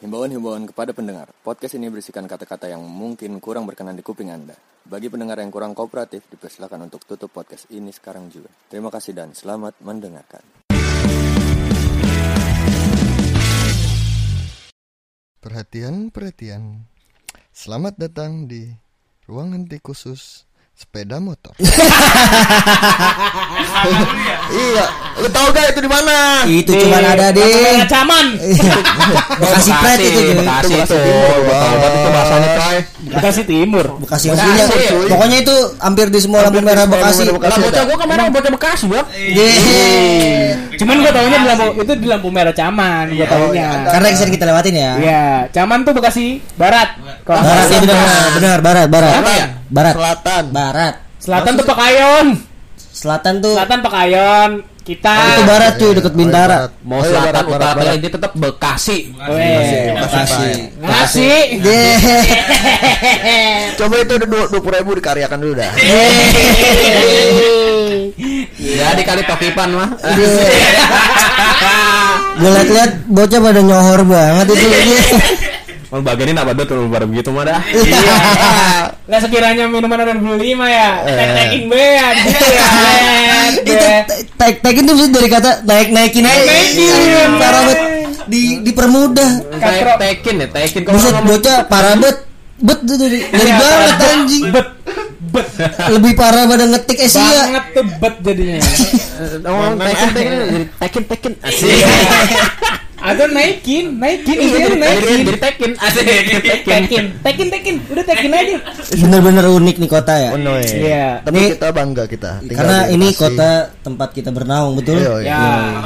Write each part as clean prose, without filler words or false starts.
Himbauan-himbauan kepada pendengar. Podcast ini berisikan kata-kata yang mungkin kurang berkenan di kuping Anda. Bagi pendengar yang kurang kooperatif, dipersilakan untuk tutup podcast ini sekarang juga. Terima kasih dan selamat mendengarkan. Perhatian. Selamat datang di ruang henti khusus sepeda motor. Iya, lu tahu gak itu di mana? Itu cuma ada di Caman. Bekasi Pret itu. Bekasi Timur. Itu bahasanya coy. Bekasi Timur. Bekasi aslinya. Pokoknya itu hampir di semua lampu merah Bekasi. Lah bocah gua kemarin bocah Bekasi, Bang. Cuman gua taunya di lampu merah Caman, gua taunya. Karena sering kita lewatin ya. Iya, Caman tuh Bekasi Barat. Barat itu benar, barat. Selatan tuh Pekayon. Selatan Pekayon. Kita itu barat cuy, deket Bintara. Mau selatan utara ini tetap Bekasi. Bekasi. Ngasih. Coba itu 20.000 dikaryakan dulu dah. Ya dikali tokipan mah. Gue liat bocah pada nyohor banget itu. Mau bagian ini apa betul pada begitu mah dah. Lah sekiranya minuman ada 25 ya. Tek-tekin be ya. Itu tek-tekin itu dari kata naik-naikin aja. Parah banget. Dipermudah. Tekin. Buset bocah parah banget. Bet tuh dari banget anjing. Bet. Lebih parah pada ngetik Asia. Banget tuh bet jadinya. Tekin. Atau naikin. Jadi tekin. Tekin. Udah tekin aja. Bener-bener unik nih kota ya. Iya. Tapi Ini- kita bangga kita. tinggal Karena di ini Bekasi. kota tempat kita bernaung, betul? Iya. Ya.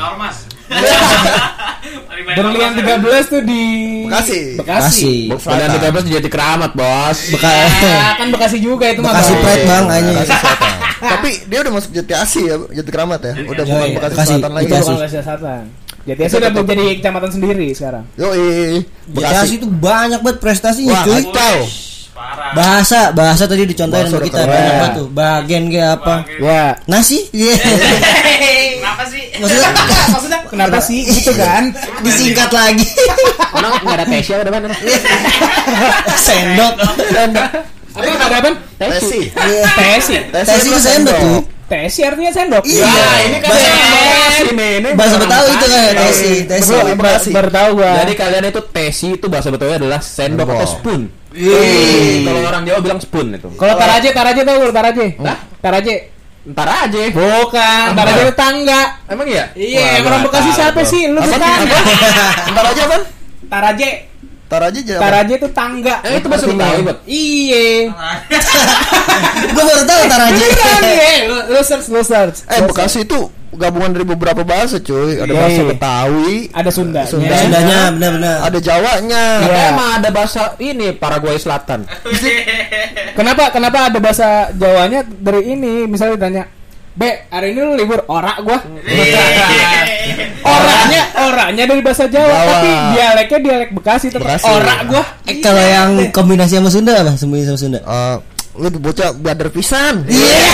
Berlian 13 tuh di Bekasi. Bukan 13 jadi keramat, Bos. Ya, kan Bekasi juga itu mah. Bekasi Bang. Pride bang, anjing. Bekasi Selatan. Tapi dia udah masuk Jati Asih ya, Jati Keramat ya. Udah bukan iya. Bekasi Bekasi. Selatan lagi. Itu bukan Bekasi Selatan. Jadi sudah jadi kecamatan sendiri sekarang. Yoi. Bekasi itu banyak banget prestasinya, Wah, cuy. kacau. Bahasa tadi dicontohin Bahasa sama udah kita keren. banyak banget tuh. Bagian kayak apa? Ya. Nasi? Iya. Kenapa sih? Maksudnya Kenapa sih gitu kan? disingkat lagi. Orang enggak ada Tesya udah mana? Sendok. Apa ada apa? Tesi. Tesi. Tesi itu sendok tuh. Tesi artinya sendok. Iya. ini kan Bahasa Betawi itu kan Tesi. Baru tahu gua. Jadi kalian itu tesi itu bahasa Betawi adalah sendok atau spoon. Kalau orang Jawa bilang spoon itu. Kalau Taraje tahu kalau Taraje? Taraje. Ntar aja. Bukan, Taraje itu tangga. Emang iya? Iya, orang Bekasi siapa sih? Lu bukan. Ntar aja kan? Taraje. Taraje itu tangga. Itu bahasa Betawi, Bet. Iya. Gue baru tahu Taraje. Lu search. Bekasi itu gabungan dari beberapa bahasa cuy. Ada Iya. bahasa Betawi, Ada Sundanya. Sundanya benar-benar. ada Jawanya. Iya. Emang ada bahasa ini Paraguay Selatan. Kenapa ada bahasa Jawanya dari ini? Misalnya ditanya, "Be, hari ini lu libur?" Ora gua. Orangnya dari bahasa Jawa, tapi dialeknya dialek Bekasi tetap Bekasi. ora gua. Kalau yang kombinasi sama Sunda apa? Sembunyi sama Sunda. Lu bocah badar pisan.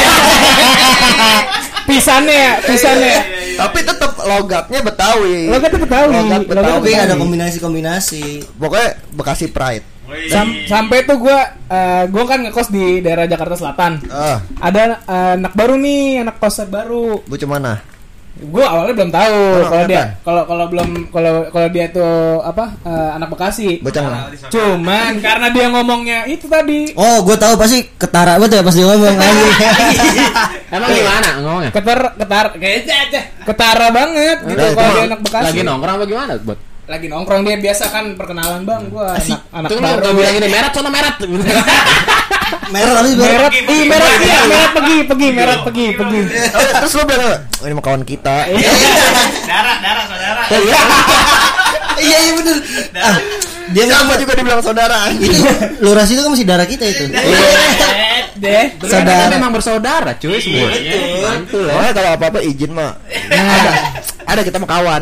Pisannya. Tapi tetap logatnya Betawi. Lo kan Betawi. Logat Betawi. Tapi ada kombinasi. Pokoknya Bekasi Pride. Sampai tuh gua kan ngekos di daerah Jakarta Selatan. Ada anak baru nih, anak kosan baru. Bocah mana? Gue awalnya belum tahu kalau dia tuh anak Bekasi. Bocah mana? Cuman karena dia ngomongnya itu tadi Oh, gue tahu pasti ketara banget ya pas dia ngomong anjing. Emang gimana ngomongnya? ketara banget gitu kalau dia anak Bekasi. Lagi nongkrong apa gimana, Bot? Lagi nongkrong dia biasa kan perkenalan bang, gue anak Tuh baru. lu bilang ini merat sono merat. Merah tapi Merat pergi. Terus lu bilang apa? Oh, ini mah kawan kita. Darah saudara. Iya bener. Dia Siapa juga dibilang saudara. itu Lurah itu kan masih darah kita itu. Saudara memang bersaudara, cuy semua. Mantul Oh, kalau apa-apa izin mah. Ada kita mah kawan.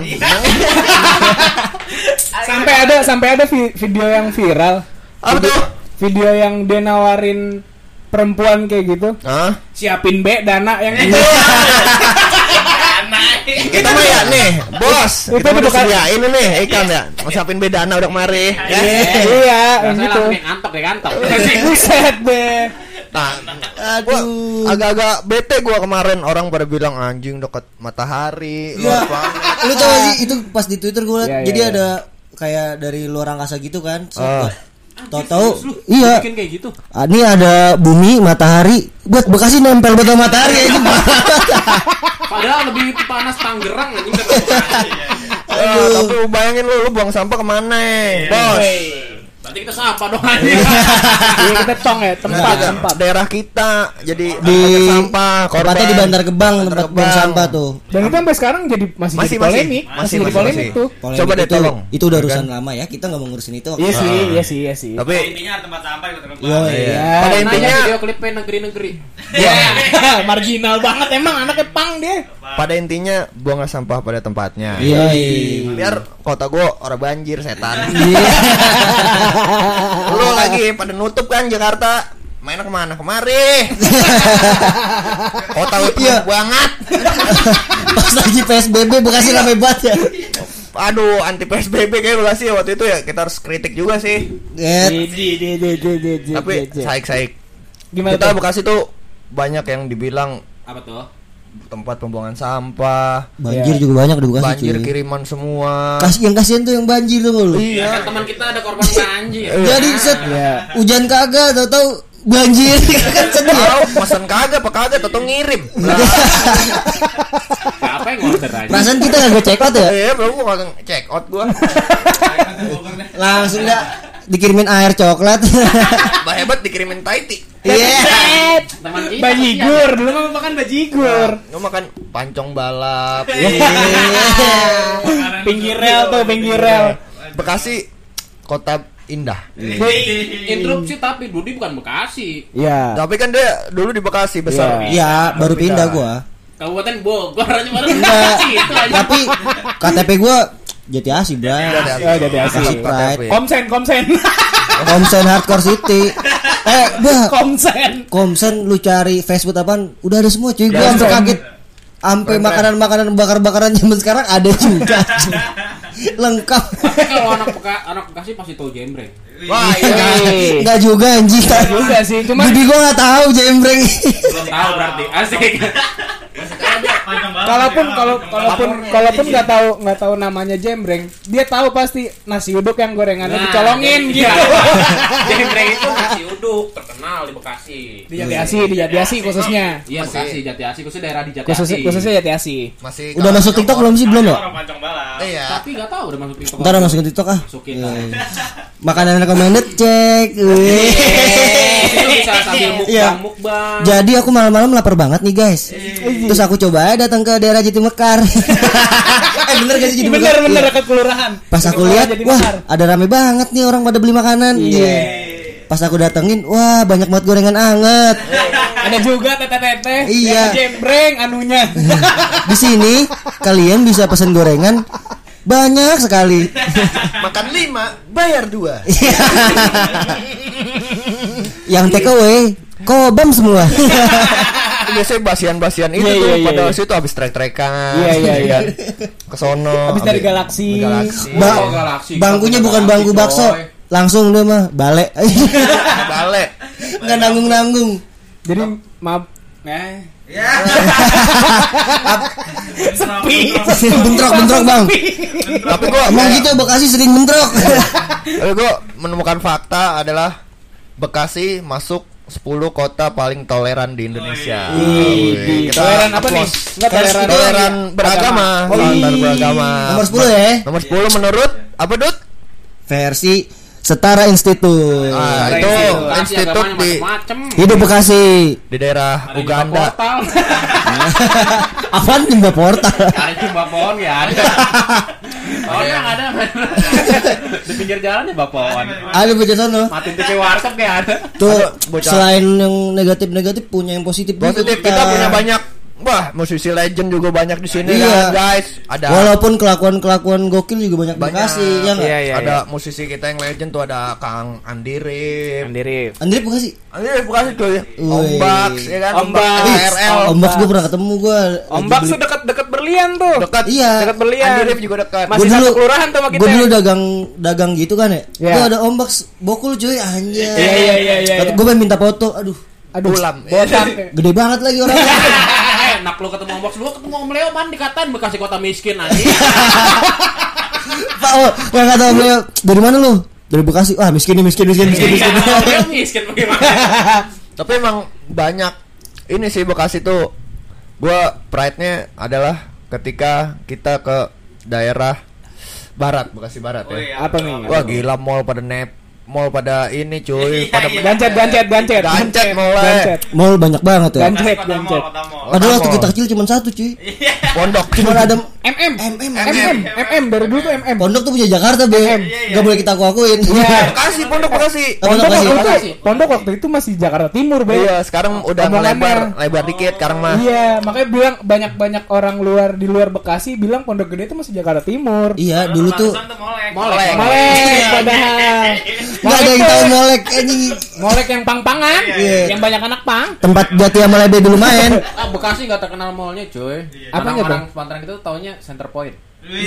Sampai ada video yang viral. Apa tuh? Video yang dia nawarin perempuan kayak gitu. Hah? Siapin dana yang itu. Kita mah ya nih, bos. Itu Kita udah bukan- sediain nih ikan ya. Ngucapin bedana udah kemari. Iya, Rasanya gitu. langsung ngantok ya kantok. Buset deh. Nah, gua agak-agak bete gua kemarin orang pada bilang anjing deket matahari, Iya. luar planet. Lu tau gak sih itu pas di Twitter gue liat. Iya, Jadi iya, ada kayak dari luar angkasa gitu kan. Ah. Tahu-tahu iya. Bikin kayak gitu. Ini ada bumi, matahari. Buat Bekasi nempel betul matahari aja. Padahal lebih panas Tangerang anjing. Tapi lu bayangin lu buang sampah kemana, bos? Berarti kita sampah dong anjing. Iya, kita tong ya, tempat. Daerah kita jadi Di sampah, korban. Tempatnya di Bantar Gebang, tempat Bantar buang Gebang. sampah tuh. Dan itu sampai sekarang masih jadi polemik, masih jadi polemik tuh. Polemik Coba deh itu, tolong. Itu udah urusan lama ya. Kita nggak mau ngurusin itu. Iya sih. Tapi Intinya ada tempat sampah di Kota Gebang. Iya, iya. pada Nanya intinya video klipnya negeri-negeri. Marginal banget emang anaknya pang dia. pada intinya buanglah sampah pada tempatnya. Iya. Biar kota gua orang banjir setan. Iya. Lu lagi pada nutup kan Jakarta. Mainnya kemana? Kemari. Kota lu Iya. banget. Pas lagi PSBB Bekasi rame banget ya. Aduh, anti PSBB kayak Bekasi waktu itu ya. Kita harus kritik juga sih. Tapi saik-saik. Gimana Kita tuh? Bekasi tuh banyak yang dibilang Apa tuh? tempat pembuangan sampah, Banjir juga banyak di Bekasi. banjir cuy. kiriman semua. Yang kasihan tuh yang banjir tuh lu. Ya, kan teman kita ada korban banjir. Jadi set Iya. hujan kagak tahu banjir kan sedih. Tahu pesan kagak apa kagak atau ngirim. Siapa yang order aja? Perasaan kita kagak check out ya. Iya, belum gua kagak check out gua. Langsung dah dikirimin air coklat. Bah hebat dikirimin Taiti. Iya. Teman kita. Bajigur, dulu mah makan bajigur. Gua makan pancong balap. Pinggir rel tuh, pinggir rel. Bekasi kota indah. Interupsi tapi Dudi bukan Bekasi. Iya. Tapi kan dia dulu di Bekasi besar. Iya, baru pindah gua. Kabupaten Bogor aja baru Enggak. Bekasi itu aja. Tapi KTP gua Jati Asih, Bray. Oh, Jati Asih. Bekasi Pride. Komsen. Komsen Hardcore City. Bah, Komsen. lu cari Facebook apaan? Udah ada semua cuy. Gua sampai kaget. Sampai makanan-makanan bakar-bakaran zaman sekarang ada juga. Lengkap. Tapi kalau anak Bekasi pasti tahu jembreng. Wah, iya. Enggak juga anjing. Juga sih, cuma Bibi gua enggak tahu jembreng. Belum tahu berarti. Asik. kalaupun nggak tahu namanya jembreng, dia tahu pasti nasi uduk yang gorengannya dicolongin jadi- gitu. Jembreng itu nasi uduk terkenal di Bekasi. Di Jati Asih khususnya. Iya Bekasi, Jati Asih khususnya daerah di Jati Khususnya Asih. khususnya Jati Asih. Masih Udah masuk TikTok belum sih? Belum ya? Orang pancong balap. Iya. Tapi nggak tahu udah masuk TikTok. Ntar masukin TikTok ah. Masukin. Makanan recommended cek. Wih. Itu bisa sambil Iya. mukbang. Jadi aku malam-malam lapar banget nih guys. Terus aku coba aja datang ke daerah Jatimekar. Bener gak sih Jatimekar? Bener Iya. dekat kelurahan. Pas aku Dekat lihat, Jatimekar. wah ada rame banget nih orang pada beli makanan. Iya. Pas aku datengin, wah banyak banget gorengan anget. Ada juga tete-tete. Iya. Yang jembreng anunya. Di sini kalian bisa pesan gorengan banyak sekali. makan 5, bayar 2. Yang take away kobam semua. Biasanya basian-basian itu Iya, tuh iya, pada iya. situ habis trek-trekan. Iya. Kesono. Habis dari Galaksi. Galaksi. Oh, Galaksi. Bangkunya bukan bangku Galaksi, bakso, coy. langsung dia mah balik. Balik. Nggak nanggung-nanggung. Jadi maaf. Sepi. Bentrok bang. Tapi gua Emang gitu Bekasi sering bentrok. Tapi gua menemukan fakta adalah Bekasi masuk 10 kota paling toleran di Indonesia. Wih, kita Toleran apa nih? Enggak toleran. toleran beragama. Oh, Toleran iya. beragama. Nomor 10 ya. Nomor 10 menurut apa, Dut? Versi Setara Institut. Ah, itu institut di macam. Hidup Bekasi. di daerah Uganda. Apaan jumlah portal? Ada jumlah pohon ya ada. Oh yang ada. Di pinggir jalan ya pohon. Ada bocah sono. Matiin TV warkop kayak ada. Tuh bocah. selain yang negatif punya yang positif juga Positif kita punya banyak. Wah, musisi legend juga banyak di sini Iya. kan, guys. Ada Walaupun kelakuan gokil juga banyak Bekasi ya nggak? Iya, ada musisi kita yang legend tuh ada Kang Andi Rif. Andri Bekasi. Andi Rif Bekasi tuh ya. Wih. Ombak, ya kan? Ombak. KRL. Ombak gue pernah ketemu gue. Ombak tuh dekat-dekat Berlian tuh. Dekat. Iya. Dekat Berlian. Andi Rif juga dekat. Masih satu kelurahan tuh sama kita. Gue dulu dagang gitu kan ya. Iya. Gue ada ombak bokul cuy anjir. Iya. Gue pengen minta foto. Aduh, Ulam. Botak. gede banget lagi orangnya. Enak lu ketemu Box, lu ketemu Om Leo man dikatain Bekasi kota miskin anjing. Pak, yang kata beliau, dari mana lu? Dari Bekasi. Wah, miskin. Leo miskin bagaimana? Tapi emang banyak ini sih Bekasi tuh. Gua pride-nya adalah ketika kita ke daerah barat, Bekasi Barat ya. iya, Apa nih? Wah gila mall pada ini cuy, pada Gancet. gancet mulai. Mall banyak banget ya. Gancet. Kota mall. Padahal waktu kita kecil cuma satu cuy. Pondok Cuma ada MM dari dulu tuh MM. Pondok tuh punya Jakarta be. Gak boleh kita akuin. Bekasi, Pondok Bekasi. Pondok waktu itu masih Jakarta Timur, Be. Iya, sekarang udah Omongannya. lebar dikit sekarang mah. Iya, makanya bilang banyak orang di luar Bekasi bilang Pondok Gede itu masih Jakarta Timur. Iya, dulu tuh Molek. Molek padahal. nggak ada yang tahu molek anjing. Molek yang pang-pangan, yang banyak anak pang. Tempat Jati sama Lebe dulu main. Ah, Bekasi enggak terkenal mallnya, cuy. Apanya, Orang Pantaran itu taunya Center Point.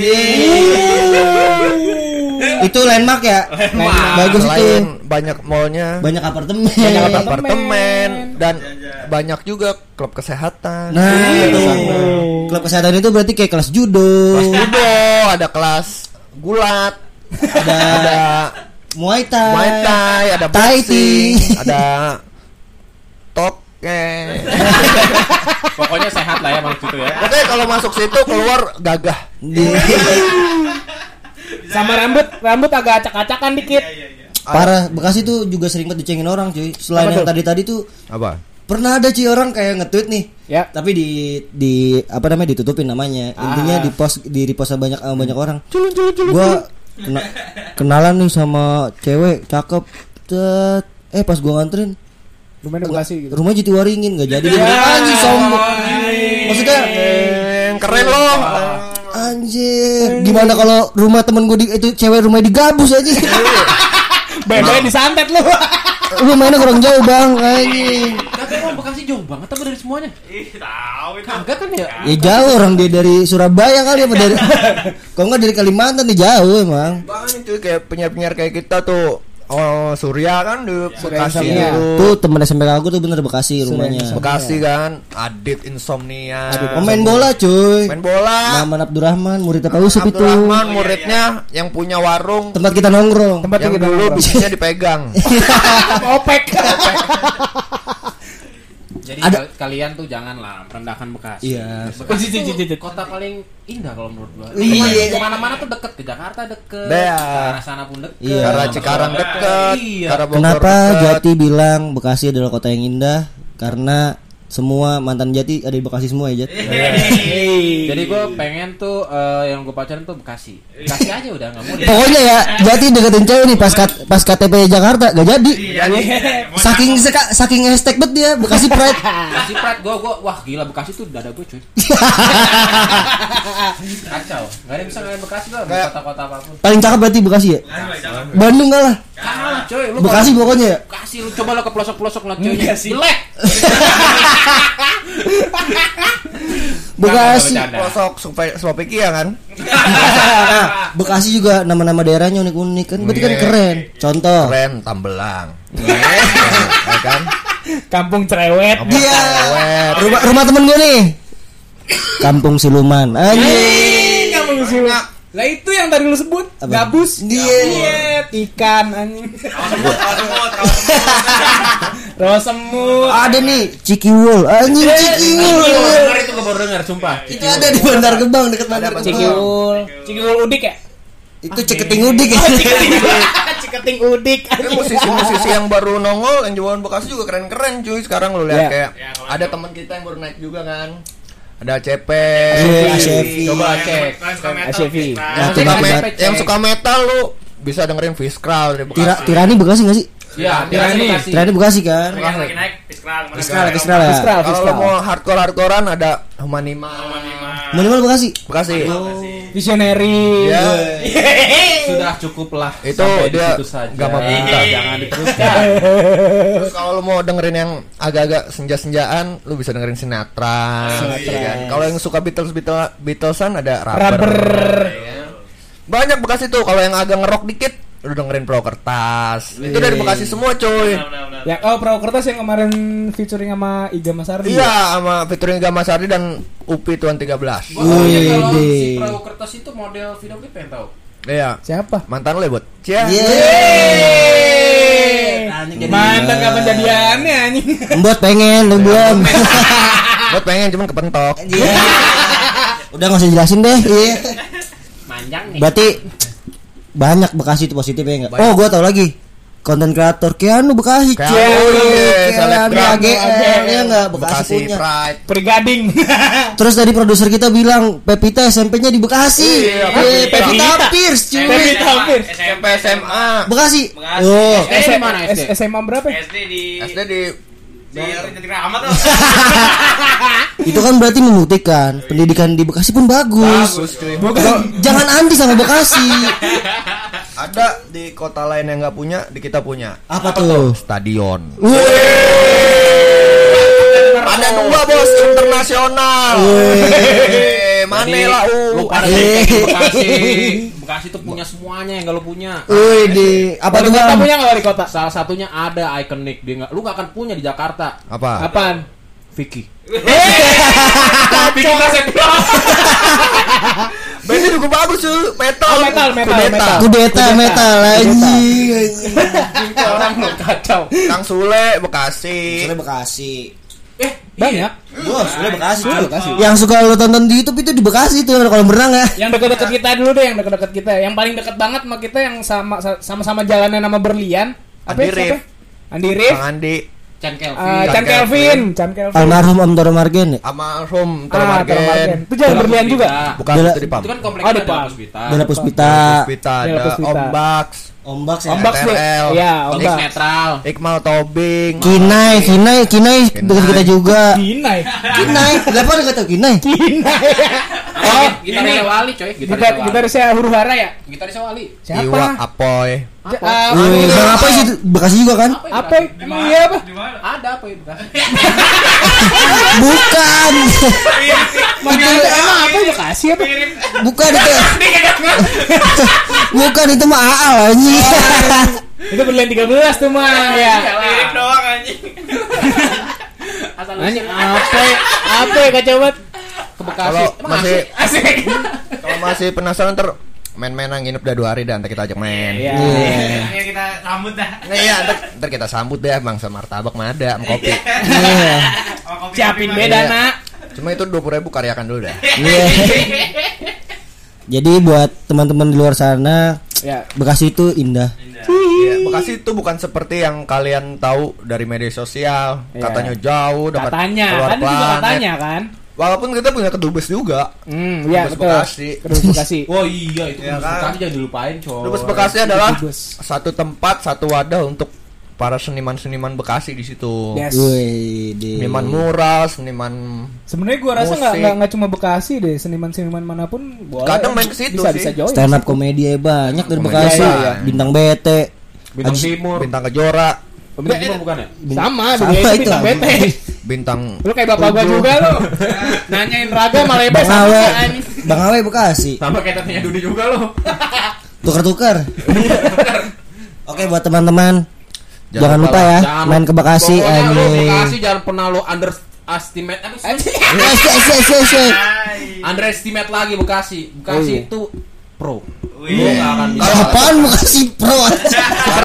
Itu landmark ya. Bagus itu. Selain banyak mallnya, Banyak apartemen. apartemen dan banyak juga klub kesehatan. Nah, klub kesehatan itu berarti kayak kelas judo, Judo, ada kelas gulat, ada Muay Thai, Muay Thai, ada Tai boxing, Chi. ada toke. Pokoknya sehat lah ya maksud itu ya. Oke, kalau masuk situ keluar gagah. Sama rambut agak acak-acakan dikit. Parah, Bekasi tuh juga sering banget dicengin orang cuy. Selain Apa yang tuh? tadi tuh Apa? pernah ada cuy orang kayak nge-tweet nih. Ya. Tapi di apa namanya ditutupin namanya. Intinya di repost banyak orang. Gua kenalan nih sama cewek cakep. Pas gua nganterin Rumahnya Bekasi gitu. rumah Jatiwaringin nggak jadi dia anjing sombong. Maksudnya Keren loh. anjir. Gimana kalau rumah temen gue itu cewek rumahnya digabus aja. Bebeknya disantet lu. Lu mainnya kurang jauh bang anjing. Tapi emang Bekasi jauh banget apa dari semuanya? Tahu itu. Kagak kan ya? Ya jauh orang dia dari Surabaya kali apa dari kalau nggak dari Kalimantan nih jauh emang. Bang itu kayak penyiar kayak kita tuh. Oh, Surya kan di Bekasi Insomnia. dulu. Tuh temen SMP aku tuh bener Bekasi rumahnya. Bekasi kan, Adit Insomnia. Main bola cuy. Main bola. Muhammad Abdurrahman murid Pak Yusuf itu. Abdurrahman muridnya yang punya warung Tempat kita nongkrong. yang dulu bisnisnya dipegang. Opek. Jadi kalian tuh janganlah merendahkan Bekasi. Iya. Bekasi tuh kota paling indah kalau menurut gua. Iya. Kemana-mana tuh deket, ke Jakarta deket, Iya. ke arah sana pun deket. Iya. Karena Cikarang dekat, Iya. karena Bogor Kenapa dekat. Jati bilang Bekasi adalah kota yang indah? Karena semua mantan Jati ada di Bekasi semua ya Jat. Jadi gue pengen tuh yang gue pacaran tuh Bekasi. Bekasi aja udah nggak mau. Pokoknya ya Jati deketin cewek nih pas KTP Jakarta gak jadi. Saking hashtag bet dia Bekasi Pride. Bekasi Pride gue wah gila Bekasi tuh dada gue cuy. Kacau. Gak ada yang bisa ngalahin Bekasi lah di kota-kota apapun. Paling cakep berarti Bekasi ya. Bandung kalah. Kalah cuy. Lu Bekasi pokoknya ya. Bekasi lu coba lo ke pelosok-pelosok lah cuy. Jelek. Bekasi. Pelosok Slovakia kan. Nah, Bekasi juga nama-nama daerahnya unik-unik kan. Berarti kan keren. Contoh. Keren Tambelang. Ya kan? Kampung Cerewet. Iya. Rumah temen gue nih. Kampung Siluman. Anjing. Kampung Siluman. Lah itu yang tadi lu sebut, Apa? gabus. Dia. Ikan anjing. Rawa semut. Ada nih Cikiwul. Anjing Cikiwul. Dengar itu gue baru dengar sumpah. Itu ada di Bandar Gebang dekat Bandar Gebang. Cikiwul udik ya? Itu Ceketing Udik ya. Ciketing udik. Tapi musisi-musisi yang baru nongol yang jualan Bekasi juga keren-keren cuy. Sekarang lu lihat Iya. kayak ada teman kita yang baru naik juga kan. Ada CP. Ashevi. Coba cek. Ashevi. Yang suka metal lu bisa dengerin Fiskral dari Bekasi. Tirani Bekasi enggak sih? Iya, Tirani Bekasi kan. Lagi naik Fiskral. Fiskral ya. Kalau lu mau hardcore-hardcorean ada Humanima. Minimal Bekasi. Bekasi. Visionary. Ya. Sudah cukuplah. Itu sampai di dia situ saja. nggak mau pintar. Jangan diteruskan. Terus kalau lu mau dengerin yang agak-agak senja-senjaan, lu bisa dengerin Sinatra. Ya kan? Kalau yang suka Beatlesan ada Rubber. Banyak Bekasi tuh. Kalau yang agak ngerok dikit, lu dengerin Perahu Kertas. Itu dari Bekasi semua, coy. Ya, Perahu Kertas yang kemarin featuring sama Iga Masardi. Iya, sama featuring Iga Masardi dan Upi Tuan 13. Gua tahu ya kalau Wih, si Perahu Kertas itu model video klip yang tahu. Iya. Siapa? Mantan lu ya, Bot? Cia. Mantan kapan jadiannya anjing? Mbot pengen lu belum. Bot pengen cuman kepentok. Udah enggak usah jelasin deh. Iya. Manjang nih. Berarti banyak Bekasi itu positifnya enggak? Oh, gua tahu lagi. Konten kreator Keanu Bekasi. Keanu, selebgram. AGL ya enggak Bekasi punya. Pride. Perigading. Terus tadi produser kita bilang Pevita SMP-nya di Bekasi. Pevita Pierce cuy. Pevita Pierce. SMP SMA. Bekasi. Bekasi. Oh. SD mana SD? SMA berapa? SD di SD di Rintik Rahmat tuh. Itu kan berarti membuktikan pendidikan di Bekasi pun bagus. cuy. Jangan anti sama Bekasi. Ada di kota lain yang nggak punya, di kita punya. Apa tuh? Stadion. Ada 2 bos internasional. Mana lah Lu pada Bekasi. Bekasi tuh punya semuanya yang gak lu punya. Wih, di apa tuh Kota Bang? punya enggak di kota? Salah satunya ada ikonik dia lu gak akan punya di Jakarta. Apa? Apaan? Vicky. Vicky Prasetyo. Bandnya juga bagus tuh, metal. Oh, metal. Kudeta metal anjing. Orang lu kacau. Kang Sule Bekasi. Soalnya Bekasi. Banyak. Bos, soalnya Bekasi. Yang suka lo tonton di YouTube itu di Bekasi tuh kalau berenang ya. Yang dekat-dekat kita dulu deh, yang dekat-dekat kita. Yang paling dekat banget sama kita yang sama-sama jalannya nama berlian. Apa Andi ya, Rif. siapa? Andi Rif. Kang Andi. Chan Kelvin. Almarhum Om Toro Margen ya? Almarhum Toro Margen. Termargen. Itu jalan berlian juga. Bukan itu di PAM. Itu kan Oh, kompleknya di ada Pam. Puspita. Bela Puspita. Puspita, Bela ada Puspita. Om Bax, Ombak ya. Ombak sih. TRL. Iya, Ombak Ombak. netral. Iqmal Tobing. Kinai dekat kita juga. Kinai. Kenapa enggak tahu Kinai? Oh, Gitarisnya Wali coy. Gitarisnya Huru Hara ya? Gitarisnya Wali. Iwa Siapa? Apoy. Bang apa sih Bekasi juga kan? Apa? Emang iya apa? Di mana? Ada apa ya Bekasi? Bukan. Emang apa Bekasi apa? Bukan itu. Bukan itu mah Aal anjing. Itu berlian 13 tuh mah ya. Mirip doang anjing. Anjing apa ya kacau banget. Ke Bekasi. Kalau Emang masih Asik. kalau masih penasaran main-main nginep udah 2 hari dan ntar kita ajak main. Iya. Ya kita sambut dah. Nah, iya, ntar kita sambut deh bangsa martabak mah ada, sama kopi. Sama kopi Siapin kopi beda mana? nak. Cuma itu 20.000 karyakan dulu dah. Iya. Jadi buat teman-teman di luar sana, Ya. Bekasi itu indah. Iya, Bekasi itu bukan seperti yang kalian tahu dari media sosial. Iya. Katanya jauh, dapat Katanya, keluar kan itu juga planet. katanya kan. Walaupun kita punya kedubes juga. Iya Kedubes betul. Bekasi. Kedubes Bekasi. Oh iya itu Iya kan? Bekasi jangan dilupain coy. Kedubes Bekasi adalah Kedubes. satu tempat, satu wadah untuk para seniman-seniman Bekasi di situ. Yes. Wih, Seniman mural, seniman Sebenarnya gua rasa Musik. nggak cuma Bekasi deh, seniman-seniman manapun boleh. Kadang main ke situ bisa, sih. Bisa join. stand up komedi banyak dari Komedi, Bekasi. iya. Bintang BT. Bintang Timur. bintang Kejora, Bintang Timur bukan ya? Sama, Sama dia itu itu, bintang anjing. bete. bintang Lu kayak bapak gua juga lu. Nanyain raga malah bebas Bang Awe. sama anjing. Bang Awe Bekasi. Sama kayak tatanya Dudi juga lo. Tukar-tukar. Oke buat teman-teman, jangan lupa lah. ya Jangan main ke Bekasi Pokoknya lu anjing. Bekasi jangan pernah lo underestimate. Underestimate lagi Bekasi. Bekasi Oh, iya. itu pro. Wih. Lu nggak akan bisa. Apaan Bekasi Pro?